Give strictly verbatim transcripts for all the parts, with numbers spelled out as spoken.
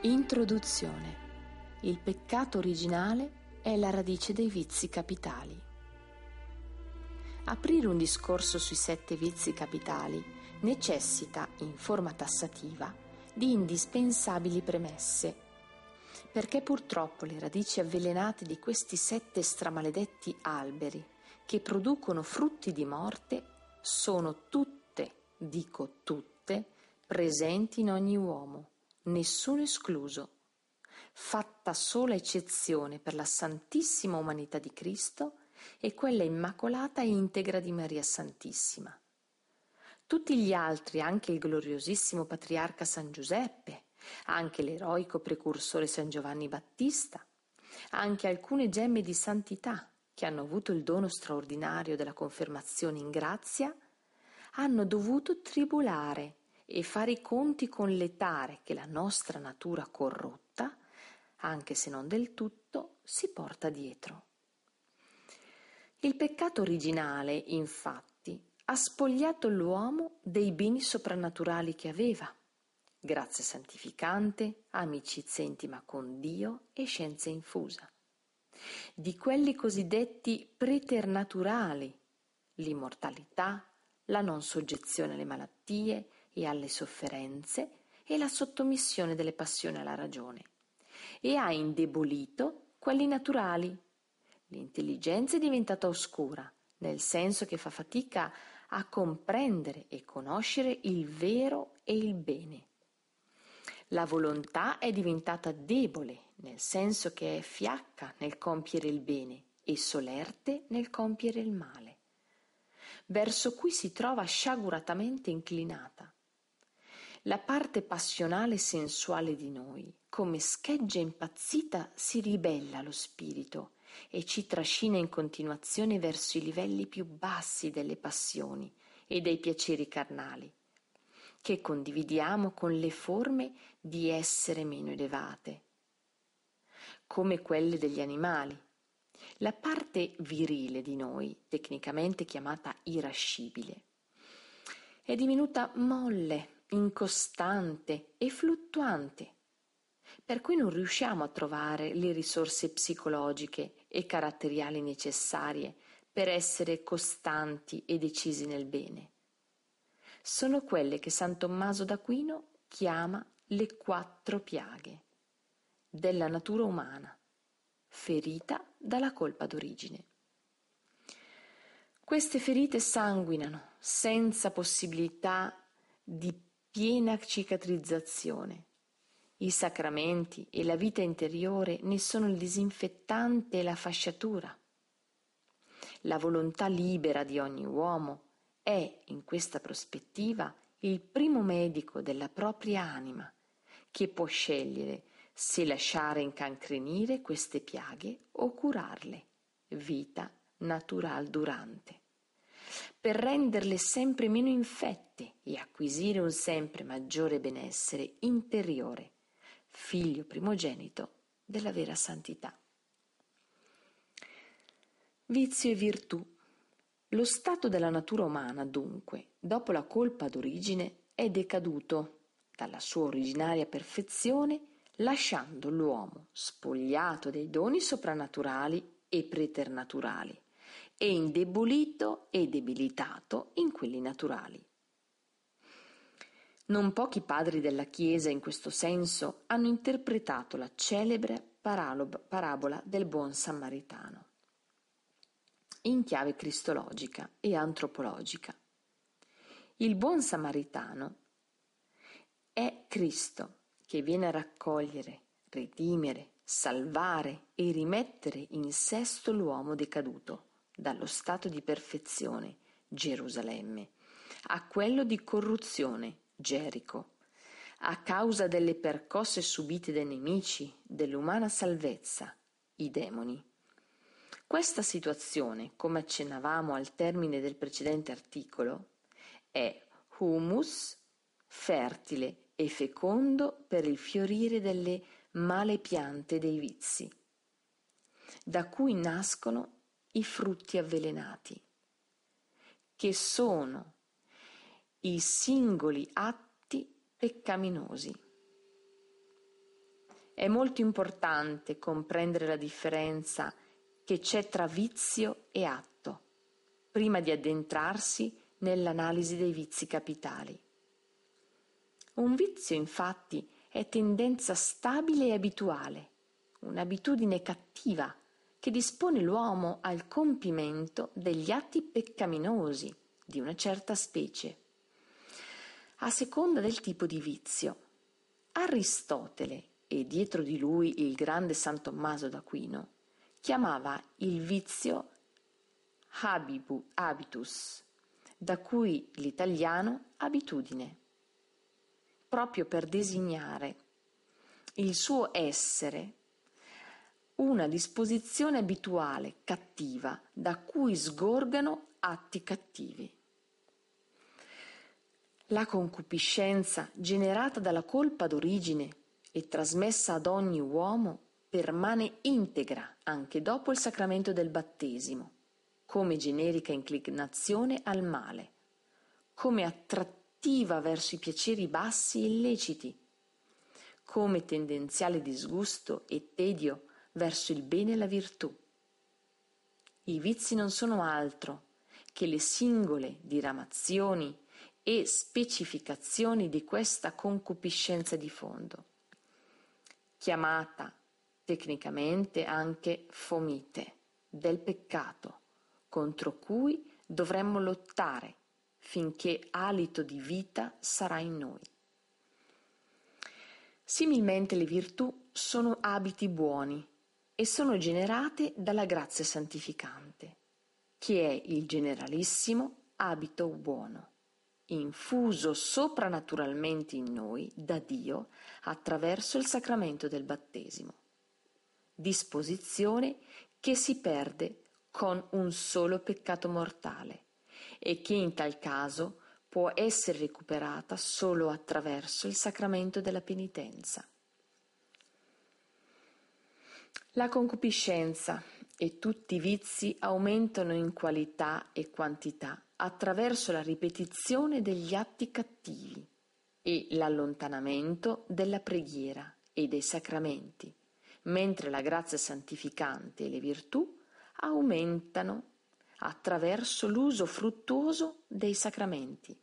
Introduzione. Il peccato originale è la radice dei vizi capitali. Aprire un discorso sui sette vizi capitali necessita, in forma tassativa, di indispensabili premesse, perché purtroppo le radici avvelenate di questi sette stramaledetti alberi che producono frutti di morte sono tutte, dico tutte, presenti in ogni uomo, nessuno escluso, fatta sola eccezione per la Santissima Umanità di Cristo e quella immacolata e integra di Maria Santissima. Tutti gli altri, anche il gloriosissimo patriarca San Giuseppe, anche l'eroico precursore San Giovanni Battista, anche alcune gemme di santità che hanno avuto il dono straordinario della confermazione in grazia, hanno dovuto tribulare e fare i conti con le tare che la nostra natura corrotta, anche se non del tutto, si porta dietro. Il peccato originale, infatti, ha spogliato l'uomo dei beni soprannaturali che aveva, grazia santificante, amicizia intima con Dio e scienza infusa, di quelli cosiddetti preternaturali, l'immortalità, la non soggezione alle malattie e alle sofferenze e la sottomissione delle passioni alla ragione, e ha indebolito quelli naturali. L'intelligenza è diventata oscura, nel senso che fa fatica a comprendere e conoscere il vero e il bene. La volontà è diventata debole, nel senso che è fiacca nel compiere il bene e solerte nel compiere il male, verso cui si trova sciaguratamente inclinata. La parte passionale e sensuale di noi, come scheggia impazzita, si ribella allo spirito e ci trascina in continuazione verso i livelli più bassi delle passioni e dei piaceri carnali, che condividiamo con le forme di essere meno elevate, come quelle degli animali. La parte virile di noi, tecnicamente chiamata irascibile, è divenuta molle, incostante e fluttuante, per cui non riusciamo a trovare le risorse psicologiche e caratteriali necessarie per essere costanti e decisi nel bene. Sono quelle che San Tommaso d'Aquino chiama le quattro piaghe della natura umana, ferita dalla colpa d'origine. Queste ferite sanguinano senza possibilità di piena cicatrizzazione. I sacramenti e la vita interiore ne sono il disinfettante e la fasciatura. La volontà libera di ogni uomo è, in questa prospettiva, il primo medico della propria anima, che può scegliere se lasciare incancrenire queste piaghe o curarle, vita natural durante, per renderle sempre meno infette e acquisire un sempre maggiore benessere interiore, figlio primogenito della vera santità. Vizio e virtù. Lo stato della natura umana, dunque, dopo la colpa d'origine, è decaduto dalla sua originaria perfezione, lasciando l'uomo spogliato dei doni soprannaturali e preternaturali e indebolito e debilitato in quelli naturali. Non pochi padri della Chiesa in questo senso hanno interpretato la celebre parabola del buon Samaritano in chiave cristologica e antropologica. Il buon Samaritano è Cristo che viene a raccogliere, redimere, salvare e rimettere in sesto l'uomo decaduto dallo stato di perfezione, Gerusalemme, a quello di corruzione, Gerico, a causa delle percosse subite dai nemici dell'umana salvezza, i demoni. Questa situazione, come accennavamo al termine del precedente articolo, è humus fertile e fecondo per il fiorire delle male piante dei vizi, da cui nascono i frutti avvelenati, che sono i singoli atti peccaminosi. È molto importante comprendere la differenza che c'è tra vizio e atto, prima di addentrarsi nell'analisi dei vizi capitali. Un vizio, infatti, è tendenza stabile e abituale, un'abitudine cattiva che dispone l'uomo al compimento degli atti peccaminosi di una certa specie, a seconda del tipo di vizio. Aristotele, e dietro di lui il grande San Tommaso d'Aquino, chiamava il vizio habibu, habitus, da cui l'italiano abitudine, proprio per designare il suo essere una disposizione abituale, cattiva, da cui sgorgano atti cattivi. La concupiscenza generata dalla colpa d'origine e trasmessa ad ogni uomo permane integra anche dopo il sacramento del battesimo, come generica inclinazione al male, come attrattiva verso i piaceri bassi e illeciti, come tendenziale disgusto e tedio verso il bene e la virtù. I vizi non sono altro che le singole diramazioni e specificazioni di questa concupiscenza di fondo, chiamata tecnicamente anche fomite del peccato, contro cui dovremmo lottare finché alito di vita sarà in noi. Similmente le virtù sono abiti buoni e sono generate dalla grazia santificante, che è il generalissimo abito buono, infuso soprannaturalmente in noi da Dio attraverso il sacramento del battesimo, disposizione che si perde con un solo peccato mortale e che in tal caso può essere recuperata solo attraverso il sacramento della penitenza. La concupiscenza e tutti i vizi aumentano in qualità e quantità attraverso la ripetizione degli atti cattivi e l'allontanamento della preghiera e dei sacramenti, mentre la grazia santificante e le virtù aumentano attraverso l'uso fruttuoso dei sacramenti.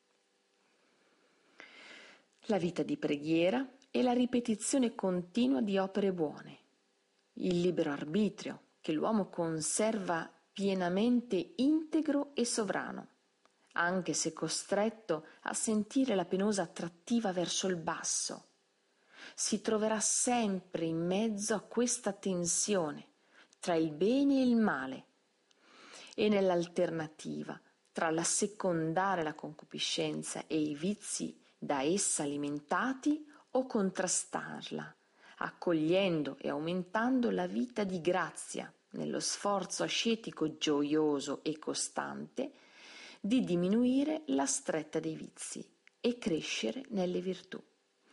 La vita di preghiera e la ripetizione continua di opere buone, il libero arbitrio che l'uomo conserva pienamente integro e sovrano, anche se costretto a sentire la penosa attrattiva verso il basso. Si troverà sempre in mezzo a questa tensione tra il bene e il male e nell'alternativa tra l'assecondare la concupiscenza e i vizi da essa alimentati o contrastarla, accogliendo e aumentando la vita di grazia nello sforzo ascetico gioioso e costante di diminuire la stretta dei vizi e crescere nelle virtù.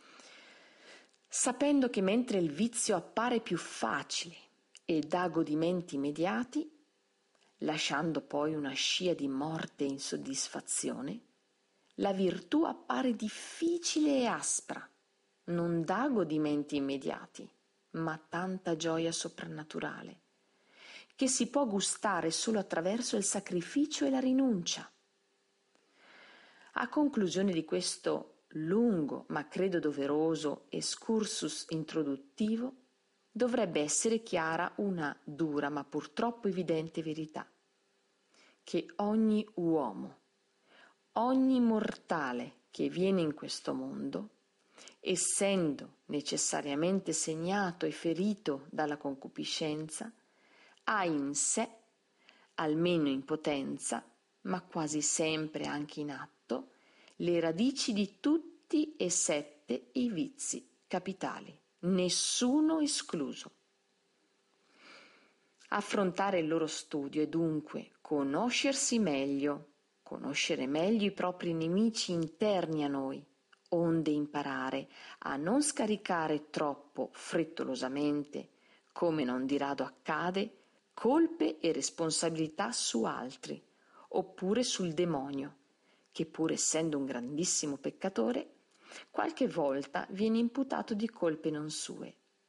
Sapendo che mentre il vizio appare più facile e dà godimenti immediati, lasciando poi una scia di morte e insoddisfazione, la virtù appare difficile e aspra, non dà godimenti immediati, ma tanta gioia soprannaturale, che si può gustare solo attraverso il sacrificio e la rinuncia. A conclusione di questo lungo, ma credo doveroso, excursus introduttivo, dovrebbe essere chiara una dura ma purtroppo evidente verità, che ogni uomo, ogni mortale che viene in questo mondo, essendo necessariamente segnato e ferito dalla concupiscenza, ha in sé, almeno in potenza, ma quasi sempre anche in atto, le radici di tutti e sette i vizi capitali, nessuno escluso. Affrontare il loro studio è dunque conoscersi meglio, conoscere meglio i propri nemici interni a noi, onde imparare a non scaricare troppo frettolosamente, come non di rado accade, colpe e responsabilità su altri, oppure sul demonio, che pur essendo un grandissimo peccatore, qualche volta viene imputato di colpe non sue.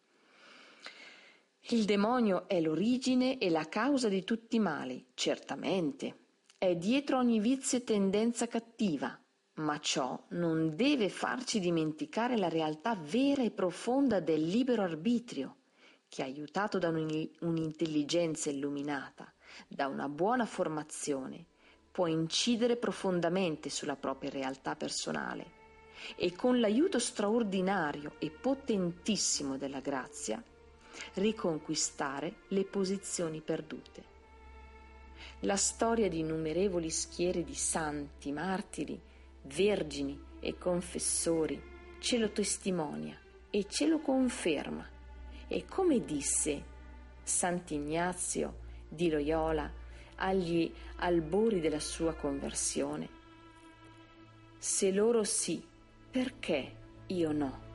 Il demonio è l'origine e la causa di tutti i mali, certamente. È dietro ogni vizio e tendenza cattiva, ma ciò non deve farci dimenticare la realtà vera e profonda del libero arbitrio, che, aiutato da un'intelligenza illuminata, da una buona formazione, può incidere profondamente sulla propria realtà personale e con l'aiuto straordinario e potentissimo della grazia riconquistare le posizioni perdute. La storia di innumerevoli schiere di santi, martiri, vergini e confessori ce lo testimonia e ce lo conferma. E come disse Sant'Ignazio di Loyola agli albori della sua conversione: se loro sì, perché io no?